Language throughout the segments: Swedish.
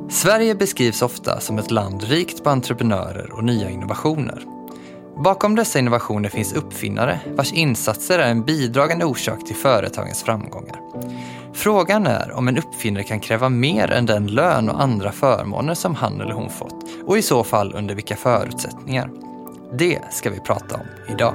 Sverige beskrivs ofta som ett land rikt på entreprenörer och nya innovationer. Bakom dessa innovationer finns uppfinnare vars insatser är en bidragande orsak till företagens framgångar. Frågan är om en uppfinnare kan kräva mer än den lön och andra förmåner som han eller hon fått, och i så fall under vilka förutsättningar. Det ska vi prata om idag.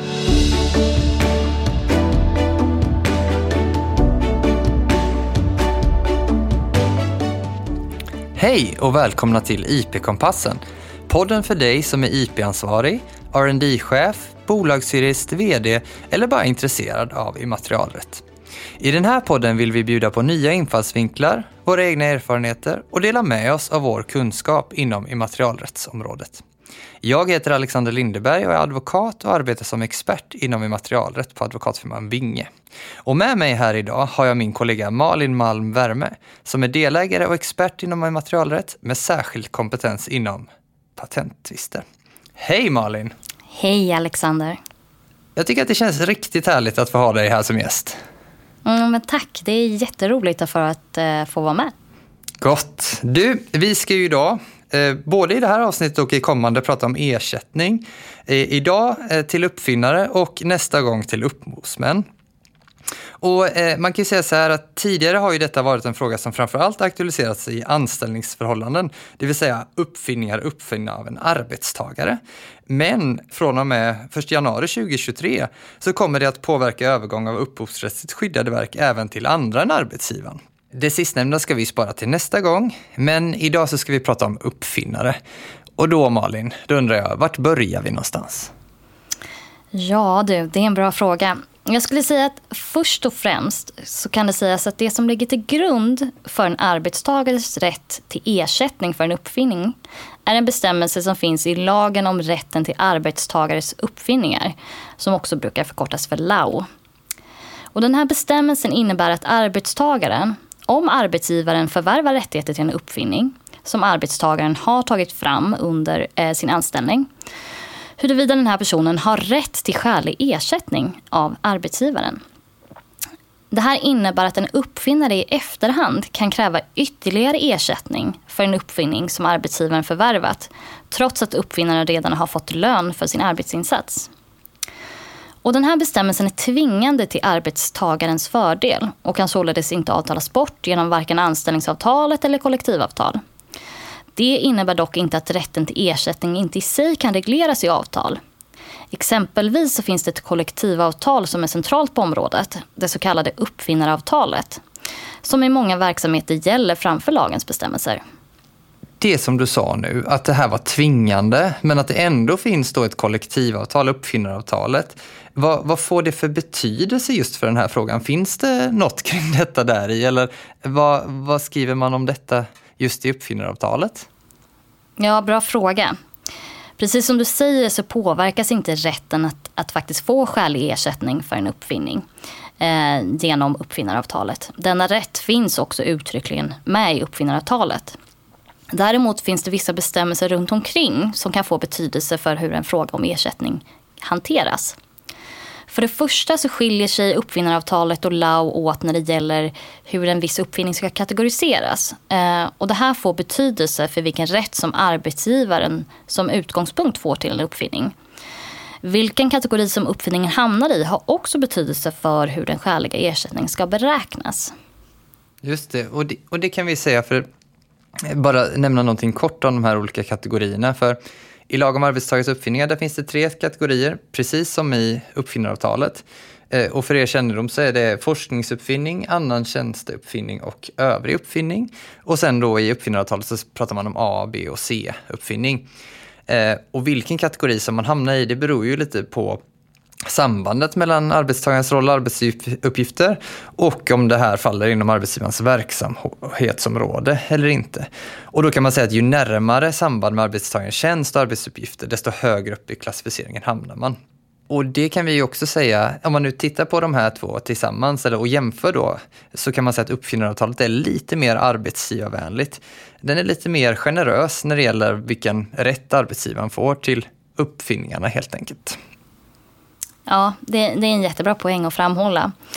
Hej och välkomna till IP-kompassen. Podden för dig som är IP-ansvarig, R&D-chef, bolagsjurist, vd eller bara intresserad av immaterialrätt. I den här podden vill vi bjuda på nya infallsvinklar, våra egna erfarenheter och dela med oss av vår kunskap inom immaterialrättsområdet. Jag heter Alexander Lindeberg och är advokat och arbetar som expert inom immaterialrätt på advokatfirman Vinge. Och med mig här idag har jag min kollega Malin Malm Värme som är delägare och expert inom immaterialrätt med särskild kompetens inom patenttvister. Hej Malin! Hej Alexander! Jag tycker att det känns riktigt härligt att få ha dig här som gäst. Men tack, det är jätteroligt för att få vara med. Gott! Du, vi ska ju idag både i det här avsnittet och i kommande prata om ersättning. Idag till uppfinnare och nästa gång till upphovsmän. Och man kan ju säga så här att tidigare har ju detta varit en fråga som framförallt aktualiserats i anställningsförhållanden. Det vill säga uppfinningar uppfinna av en arbetstagare. Men från och med 1 januari 2023 så kommer det att påverka övergång av upphovsrättsligt skyddade verk även till andra än arbetsgivaren. Det sistnämnda ska vi spara till nästa gång, men idag så ska vi prata om uppfinnare. Och då Malin, då undrar jag, vart börjar vi någonstans? Ja du, det är en bra fråga. Jag skulle säga att först och främst så kan det sägas att det som ligger till grund för en arbetstagares rätt till ersättning för en uppfinning är en bestämmelse som finns i lagen om rätten till arbetstagares uppfinningar, som också brukar förkortas för LAO. Och den här bestämmelsen innebär att arbetstagaren, om arbetsgivaren förvärvar rättigheter till en uppfinning som arbetstagaren har tagit fram under sin anställning, huruvida den här personen har rätt till skälig ersättning av arbetsgivaren. Det här innebär att en uppfinnare i efterhand kan kräva ytterligare ersättning för en uppfinning som arbetsgivaren förvärvat, trots att uppfinnaren redan har fått lön för sin arbetsinsats. Och den här bestämmelsen är tvingande till arbetstagarens fördel och kan således inte avtalas bort genom varken anställningsavtalet eller kollektivavtal. Det innebär dock inte att rätten till ersättning inte i sig kan regleras i avtal. Exempelvis så finns det ett kollektivavtal som är centralt på området, det så kallade uppfinnaravtalet, som i många verksamheter gäller framför lagens bestämmelser. Det som du sa nu, att det här var tvingande, men att det ändå finns då ett kollektivavtal, uppfinnaravtalet. Vad får det för betydelse just för den här frågan? Finns det något kring detta där i? Eller vad skriver man om detta just i uppfinnaravtalet? Ja, bra fråga. Precis som du säger så påverkas inte rätten att faktiskt få skälig ersättning för en uppfinning genom uppfinnaravtalet. Denna rätt finns också uttryckligen med i uppfinnaravtalet. Däremot finns det vissa bestämmelser runt omkring som kan få betydelse för hur en fråga om ersättning hanteras. För det första så skiljer sig uppfinnaravtalet och LAO åt när det gäller hur en viss uppfinning ska kategoriseras. Och det här får betydelse för vilken rätt som arbetsgivaren som utgångspunkt får till en uppfinning. Vilken kategori som uppfinningen hamnar i har också betydelse för hur den skäliga ersättningen ska beräknas. Just det, och det kan vi säga för bara nämna någonting kort om de här olika kategorierna. För i lag om arbetstagares uppfinningar där finns det 3 kategorier, precis som i uppfinnaravtalet. Och för er kännedom så är det forskningsuppfinning, annan tjänsteuppfinning och övrig uppfinning. Och sen då i uppfinnaravtalet så pratar man om A, B och C-uppfinning. Och vilken kategori som man hamnar i, det beror ju lite på sambandet mellan arbetstagarens roll och arbetsuppgifter och om det här faller inom arbetsgivarens verksamhetsområde eller inte. Och då kan man säga att ju närmare samband med arbetstagarens tjänst och arbetsuppgifter, desto högre upp i klassificeringen hamnar man. Och det kan vi ju också säga, om man nu tittar på de här två tillsammans och jämför då, så kan man säga att uppfinnaravtalet är lite mer arbetsgivarvänligt. Den är lite mer generös när det gäller vilken rätt arbetsgivaren får till uppfinningarna helt enkelt. Ja, det är en jättebra poäng att framhålla.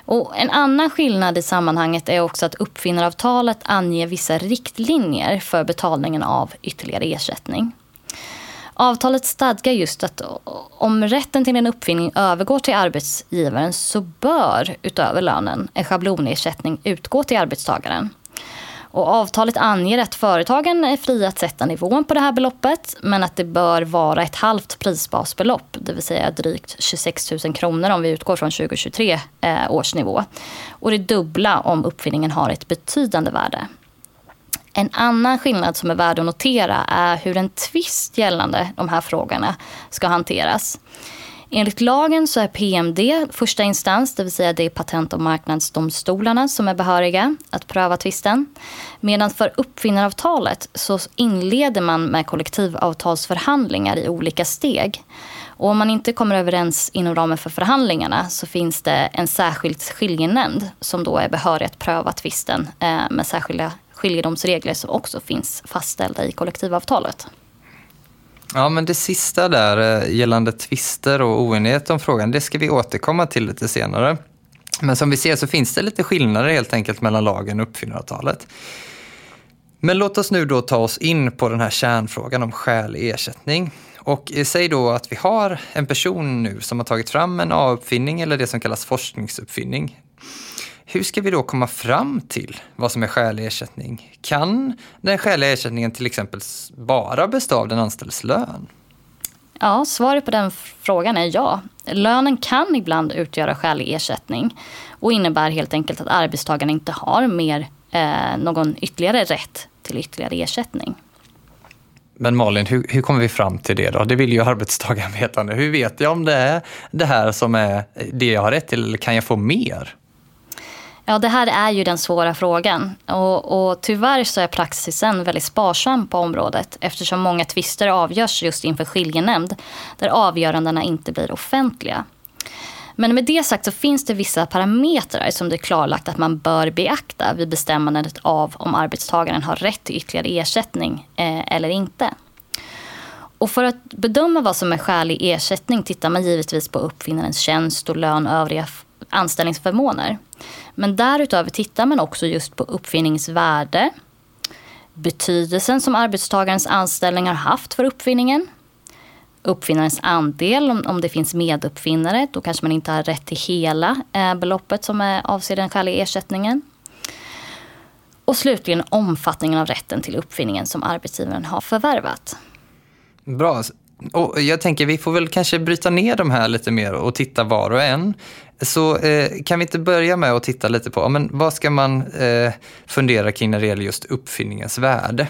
Och en annan skillnad i sammanhanget är också att uppfinnaravtalet anger vissa riktlinjer för betalningen av ytterligare ersättning. Avtalet stadgar just att om rätten till en uppfinning övergår till arbetsgivaren så bör utöver lönen en schablonersättning utgå till arbetstagaren. Och avtalet anger att företagen är fria att sätta nivån på det här beloppet, men att det bör vara ett halvt prisbasbelopp, det vill säga drygt 26 000 kronor om vi utgår från 2023 års nivå. Och det dubbla om uppfinningen har ett betydande värde. En annan skillnad som är värd att notera är hur en tvist gällande de här frågorna ska hanteras. Enligt lagen så är PMD första instans, det vill säga det är patent- och marknadsdomstolarna som är behöriga att pröva tvisten. Medan för uppfinnaravtalet så inleder man med kollektivavtalsförhandlingar i olika steg. Och om man inte kommer överens inom ramen för förhandlingarna så finns det en särskild skiljenämnd som då är behörig att pröva tvisten med särskilda skiljedomsregler som också finns fastställda i kollektivavtalet. Ja, men det sista där gällande tvister och oenighet om frågan, det ska vi återkomma till lite senare. Men som vi ser så finns det lite skillnader helt enkelt mellan lagen och uppfinnaravtalet. Men låt oss nu då ta oss in på den här kärnfrågan om skälig ersättning. Och säg då att vi har en person nu som har tagit fram en A-uppfinning eller det som kallas forskningsuppfinning. Hur ska vi då komma fram till vad som är skälig ersättning? Kan den skäliga ersättningen till exempel bara bestå av den anställdes lön? Ja, svaret på den frågan är ja. Lönen kan ibland utgöra skälig ersättning och innebär helt enkelt att arbetstagaren inte har någon ytterligare rätt till ytterligare ersättning. Men Malin, hur kommer vi fram till det då? Det vill ju arbetstagaren veta nu. Hur vet jag om det är det här som är det jag har rätt till eller kan jag få mer? Ja, det här är ju den svåra frågan och tyvärr så är praxisen väldigt sparsam på området eftersom många tvister avgörs just inför skiljenämnd där avgörandena inte blir offentliga. Men med det sagt så finns det vissa parametrar som det är klarlagt att man bör beakta vid bestämmandet av om arbetstagaren har rätt till ytterligare ersättning eller inte. Och för att bedöma vad som är skälig ersättning tittar man givetvis på uppfinnarens tjänst och lön och övriga anställningsförmåner. Men därutöver tittar man också just på uppfinningens värde, betydelsen som arbetstagarens anställning har haft för uppfinningen, uppfinnarens andel om det finns meduppfinnare, då kanske man inte har rätt till hela beloppet som är avser den skäliga ersättningen. Och slutligen omfattningen av rätten till uppfinningen som arbetsgivaren har förvärvat. Bra. Och jag tänker vi får väl kanske bryta ner de här lite mer och titta var och en. Så kan vi inte börja med att titta lite på men vad ska man fundera kring när det gäller just uppfinningens värde?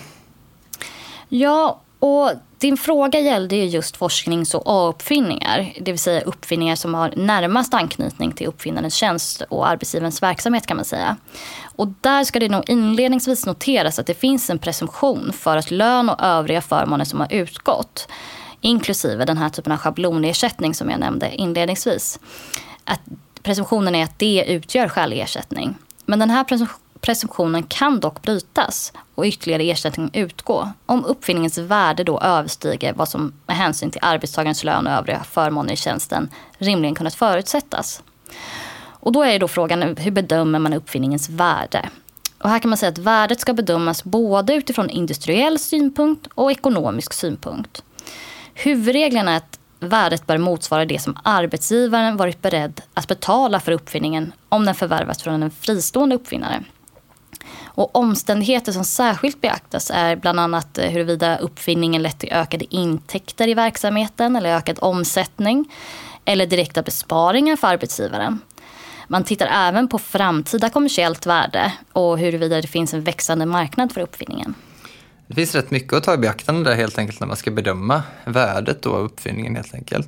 Ja, och din fråga gällde ju just forsknings- och A-uppfinningar, det vill säga uppfinningar som har närmast anknytning till uppfinnarens tjänst och arbetsgivarens verksamhet kan man säga. Och där ska det nog inledningsvis noteras att det finns en presumtion för att lön och övriga förmåner som har utgått, inklusive den här typen av schablonersättning som jag nämnde inledningsvis, att presumtionen är att det utgör skälig ersättning. Men den här presumtionen kan dock brytas och ytterligare ersättning utgå om uppfinningens värde då överstiger vad som med hänsyn till arbetstagarens lön och övriga förmåner i tjänsten rimligen kunnat förutsättas. Och då är då frågan hur bedömer man uppfinningens värde? Och här kan man säga att värdet ska bedömas både utifrån industriell synpunkt och ekonomisk synpunkt. Huvudregeln är att värdet bör motsvara det som arbetsgivaren varit beredd att betala för uppfinningen om den förvärvats från en fristående uppfinnare. Och omständigheter som särskilt beaktas är bland annat huruvida uppfinningen lett till ökade intäkter i verksamheten eller ökad omsättning eller direkta besparingar för arbetsgivaren. Man tittar även på framtida kommersiellt värde och huruvida det finns en växande marknad för uppfinningen. Det finns rätt mycket att ta i beaktande där helt enkelt när man ska bedöma värdet då av uppfinningen helt enkelt.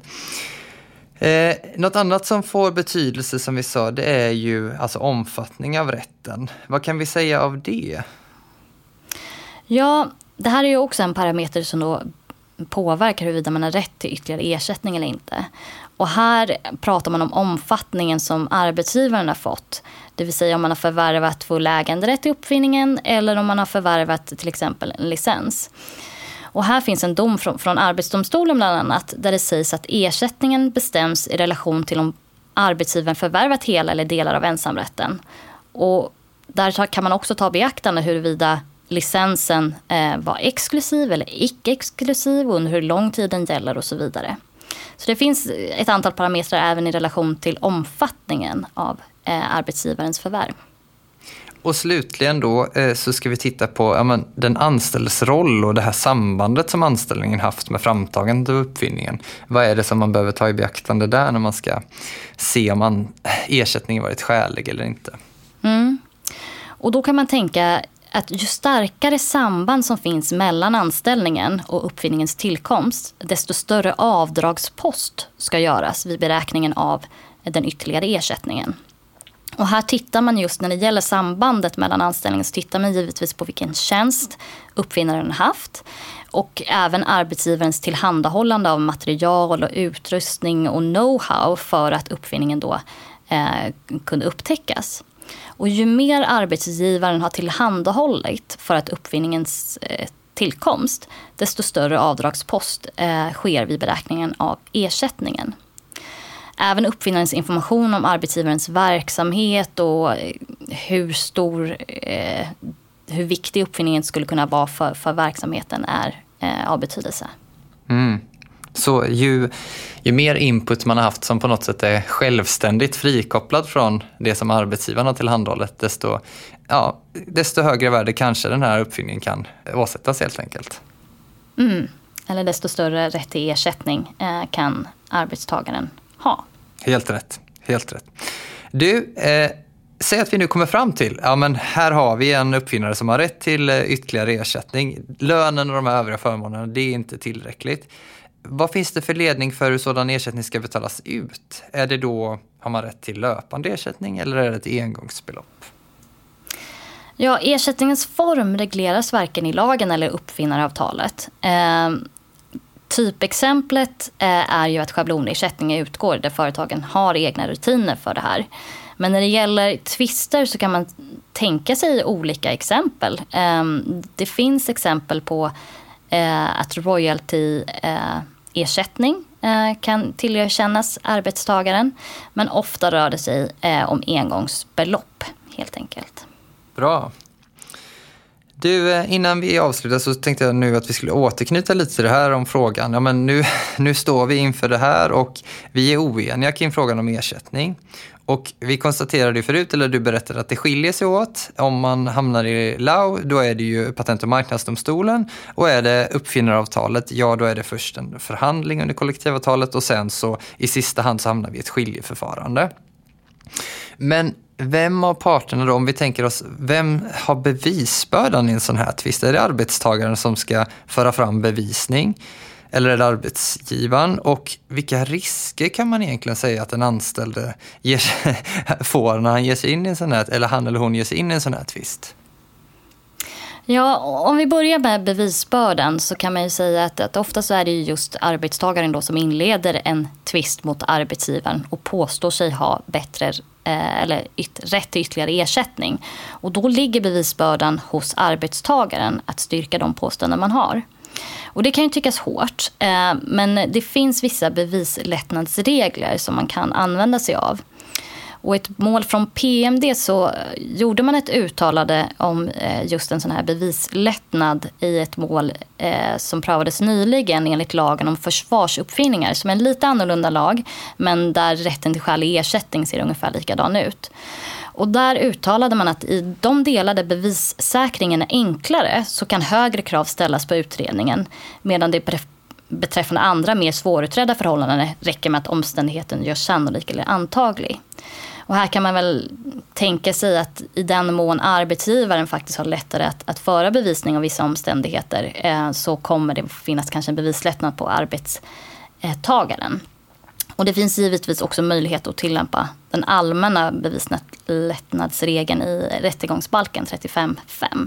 Något annat som får betydelse som vi sa det är ju alltså omfattning av rätten. Vad kan vi säga av det? Ja, det här är ju också en parameter som då påverkar huruvida man har rätt till ytterligare ersättning eller inte. Och här pratar man om omfattningen som arbetsgivaren har fått. Det vill säga om man har förvärvat full äganderätt till uppfinningen eller om man har förvärvat till exempel en licens. Och här finns en dom från Arbetsdomstolen bland annat där det sägs att ersättningen bestäms i relation till om arbetsgivaren förvärvat hela eller delar av ensamrätten. Och där kan man också ta beaktande huruvida licensen var exklusiv eller icke-exklusiv och under hur lång tid den gäller och så vidare. Så det finns ett antal parametrar även i relation till omfattningen av arbetsgivarens förvärv. Och slutligen då så ska vi titta på den anställdes roll och det här sambandet som anställningen haft med framtagandet av uppfinningen. Vad är det som man behöver ta i beaktande där när man ska se om ersättningen varit skälig eller inte? Och då kan man tänka att ju starkare samband som finns mellan anställningen och uppfinningens tillkomst, desto större avdragspost ska göras vid beräkningen av den ytterligare ersättningen. Och här tittar man just när det gäller sambandet mellan anställningen, så tittar man givetvis på vilken tjänst uppfinnaren haft och även arbetsgivarens tillhandahållande av material och utrustning och know-how för att uppfinningen då kunde upptäckas. Och ju mer arbetsgivaren har tillhandahållit för att uppfinningens tillkomst, desto större avdragspost sker vid beräkningen av ersättningen. Även uppfinnarens information om arbetsgivarens verksamhet och hur viktig uppfinningen skulle kunna vara för verksamheten är av betydelse. Så ju mer input man har haft som på något sätt är självständigt frikopplad från det som arbetsgivaren har tillhandahållit, desto högre värde kanske den här uppfinningen kan åsättas helt enkelt. Eller desto större rätt till ersättning kan arbetstagaren ha. Helt rätt. Du, säg att vi nu kommer fram till, här har vi en uppfinnare som har rätt till ytterligare ersättning. Lönen och de här övriga förmånerna, det är inte tillräckligt. Vad finns det för ledning för hur sådan ersättning ska betalas ut? Är det då, har man rätt till löpande ersättning eller är det ett engångsbelopp? Ja, ersättningens form regleras varken i lagen eller uppfinnaravtalet. Typexemplet är ju att schablonersättning utgår där företagen har egna rutiner för det här. Men när det gäller tvister så kan man tänka sig olika exempel. Det finns exempel på att royalty-ersättning kan tillerkännas arbetstagaren. Men ofta rör det sig om engångsbelopp helt enkelt. Bra. Du, innan vi avslutar så tänkte jag nu att vi skulle återknyta lite till det här om frågan. Nu står vi inför det här och vi är oeniga kring frågan om ersättning. Och vi konstaterade ju förut, eller du berättade att det skiljer sig åt. Om man hamnar i LAU, då är det ju Patent- och marknadsdomstolen. Och är det uppfinnaravtalet, då är det först en förhandling under kollektivavtalet och sen så i sista hand så hamnar vi i ett skiljeförfarande. Men vem av parterna då, om vi tänker oss, vem har bevisbördan i en sån här tvist? Är det arbetstagaren som ska föra fram bevisning? Eller är det arbetsgivaren? Och vilka risker kan man egentligen säga att en anställd får när han ger sig in i en sån här, eller han eller hon ger sig in i en sån här tvist? Ja, om vi börjar med bevisbördan så kan man ju säga att ofta så är det just arbetstagaren då som inleder en tvist mot arbetsgivaren och påstår sig ha bättre eller rätt till ytterligare ersättning. Och då ligger bevisbördan hos arbetstagaren att styrka de påståenden man har. Och det kan ju tyckas hårt, men det finns vissa bevislättnadsregler som man kan använda sig av. Och ett mål från PMD så gjorde man ett uttalande om just en sån här bevislättnad i ett mål som prövades nyligen enligt lagen om försvarsuppfinningar, som är en lite annorlunda lag, men där rätten till skälig ersättning ser ungefär likadan ut. Och där uttalade man att i de delar där bevissäkringen är enklare så kan högre krav ställas på utredningen, medan det beträffande andra mer svårutredda förhållanden räcker med att omständigheten görs sannolik eller antaglig. Och här kan man väl tänka sig att i den mån arbetsgivaren faktiskt har lättare att föra bevisning av vissa omständigheter så kommer det finnas kanske en bevislättnad på arbetstagaren. Och det finns givetvis också möjlighet att tillämpa den allmänna bevislättnadsregeln i rättegångsbalken 35.5.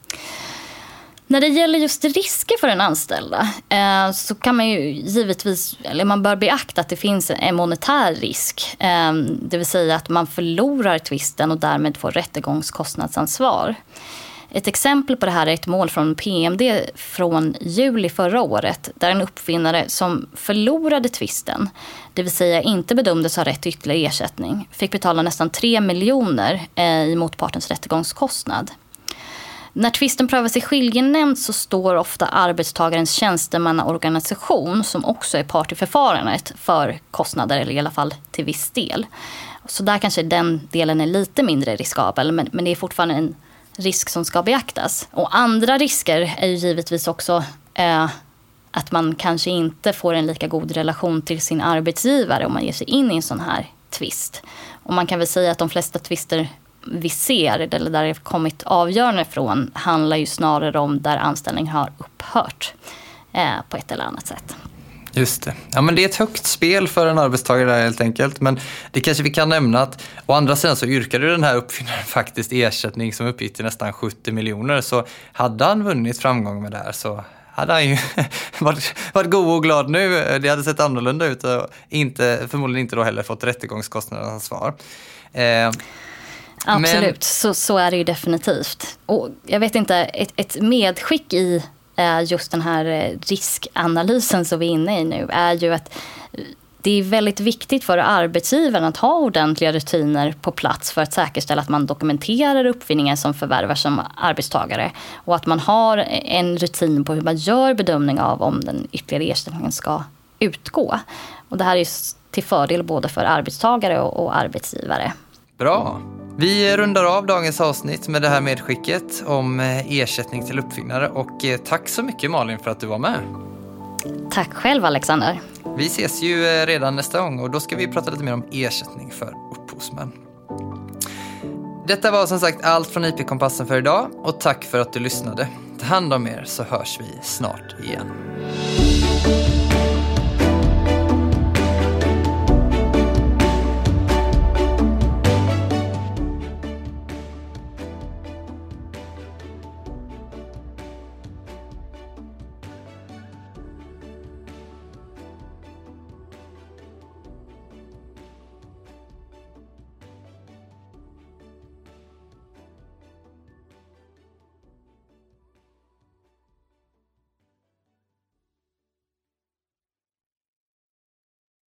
När det gäller just risker för den anställda så kan man ju givetvis, eller man bör beakta att det finns en monetär risk. Det vill säga att man förlorar tvisten och därmed får rättegångskostnadsansvar. Ett exempel på det här är ett mål från PMD från juli förra året, där en uppfinnare som förlorade tvisten, det vill säga inte bedömdes ha rätt till ytterligare ersättning, fick betala nästan 3 miljoner i motpartens rättegångskostnad. När tvisten prövas i skiljenämnd så står ofta arbetstagarens tjänstemannaorganisation, som också är part i förfarandet, för kostnader, eller i alla fall till viss del. Så där kanske den delen är lite mindre riskabel, men det är fortfarande en risk som ska beaktas. Och andra risker är ju givetvis också att man kanske inte får en lika god relation till sin arbetsgivare om man ger sig in i en sån här tvist. Och man kan väl säga att de flesta tvister vi ser, eller där det kommit avgörande från, handlar ju snarare om där anställning har upphört på ett eller annat sätt. Just det. Ja, men det är ett högt spel för en arbetstagare där helt enkelt. Men det kanske vi kan nämna att å andra sidan så yrkade den här uppfinnaren faktiskt ersättning som uppgick till nästan 70 miljoner. Så hade han vunnit framgång med det här så hade han ju varit god och glad nu. Det hade sett annorlunda ut och förmodligen inte då heller fått rättegångskostnadernas svar. Absolut, så är det ju definitivt. Och jag vet inte, ett medskick i just den här riskanalysen som vi är inne i nu är ju att det är väldigt viktigt för arbetsgivaren att ha ordentliga rutiner på plats för att säkerställa att man dokumenterar uppfinningar som förvärvar som arbetstagare, och att man har en rutin på hur man gör bedömning av om den ytterligare ersättningen ska utgå. Och det här är till fördel både för arbetstagare och arbetsgivare. Bra. Vi rundar av dagens avsnitt med det här medskicket om ersättning till uppfinnare, och tack så mycket Malin för att du var med. Tack själv Alexander. Vi ses ju redan nästa gång, och då ska vi prata lite mer om ersättning för upphovsmän. Detta var som sagt allt från IP-kompassen för idag, och tack för att du lyssnade. Ta hand om er så hörs vi snart igen.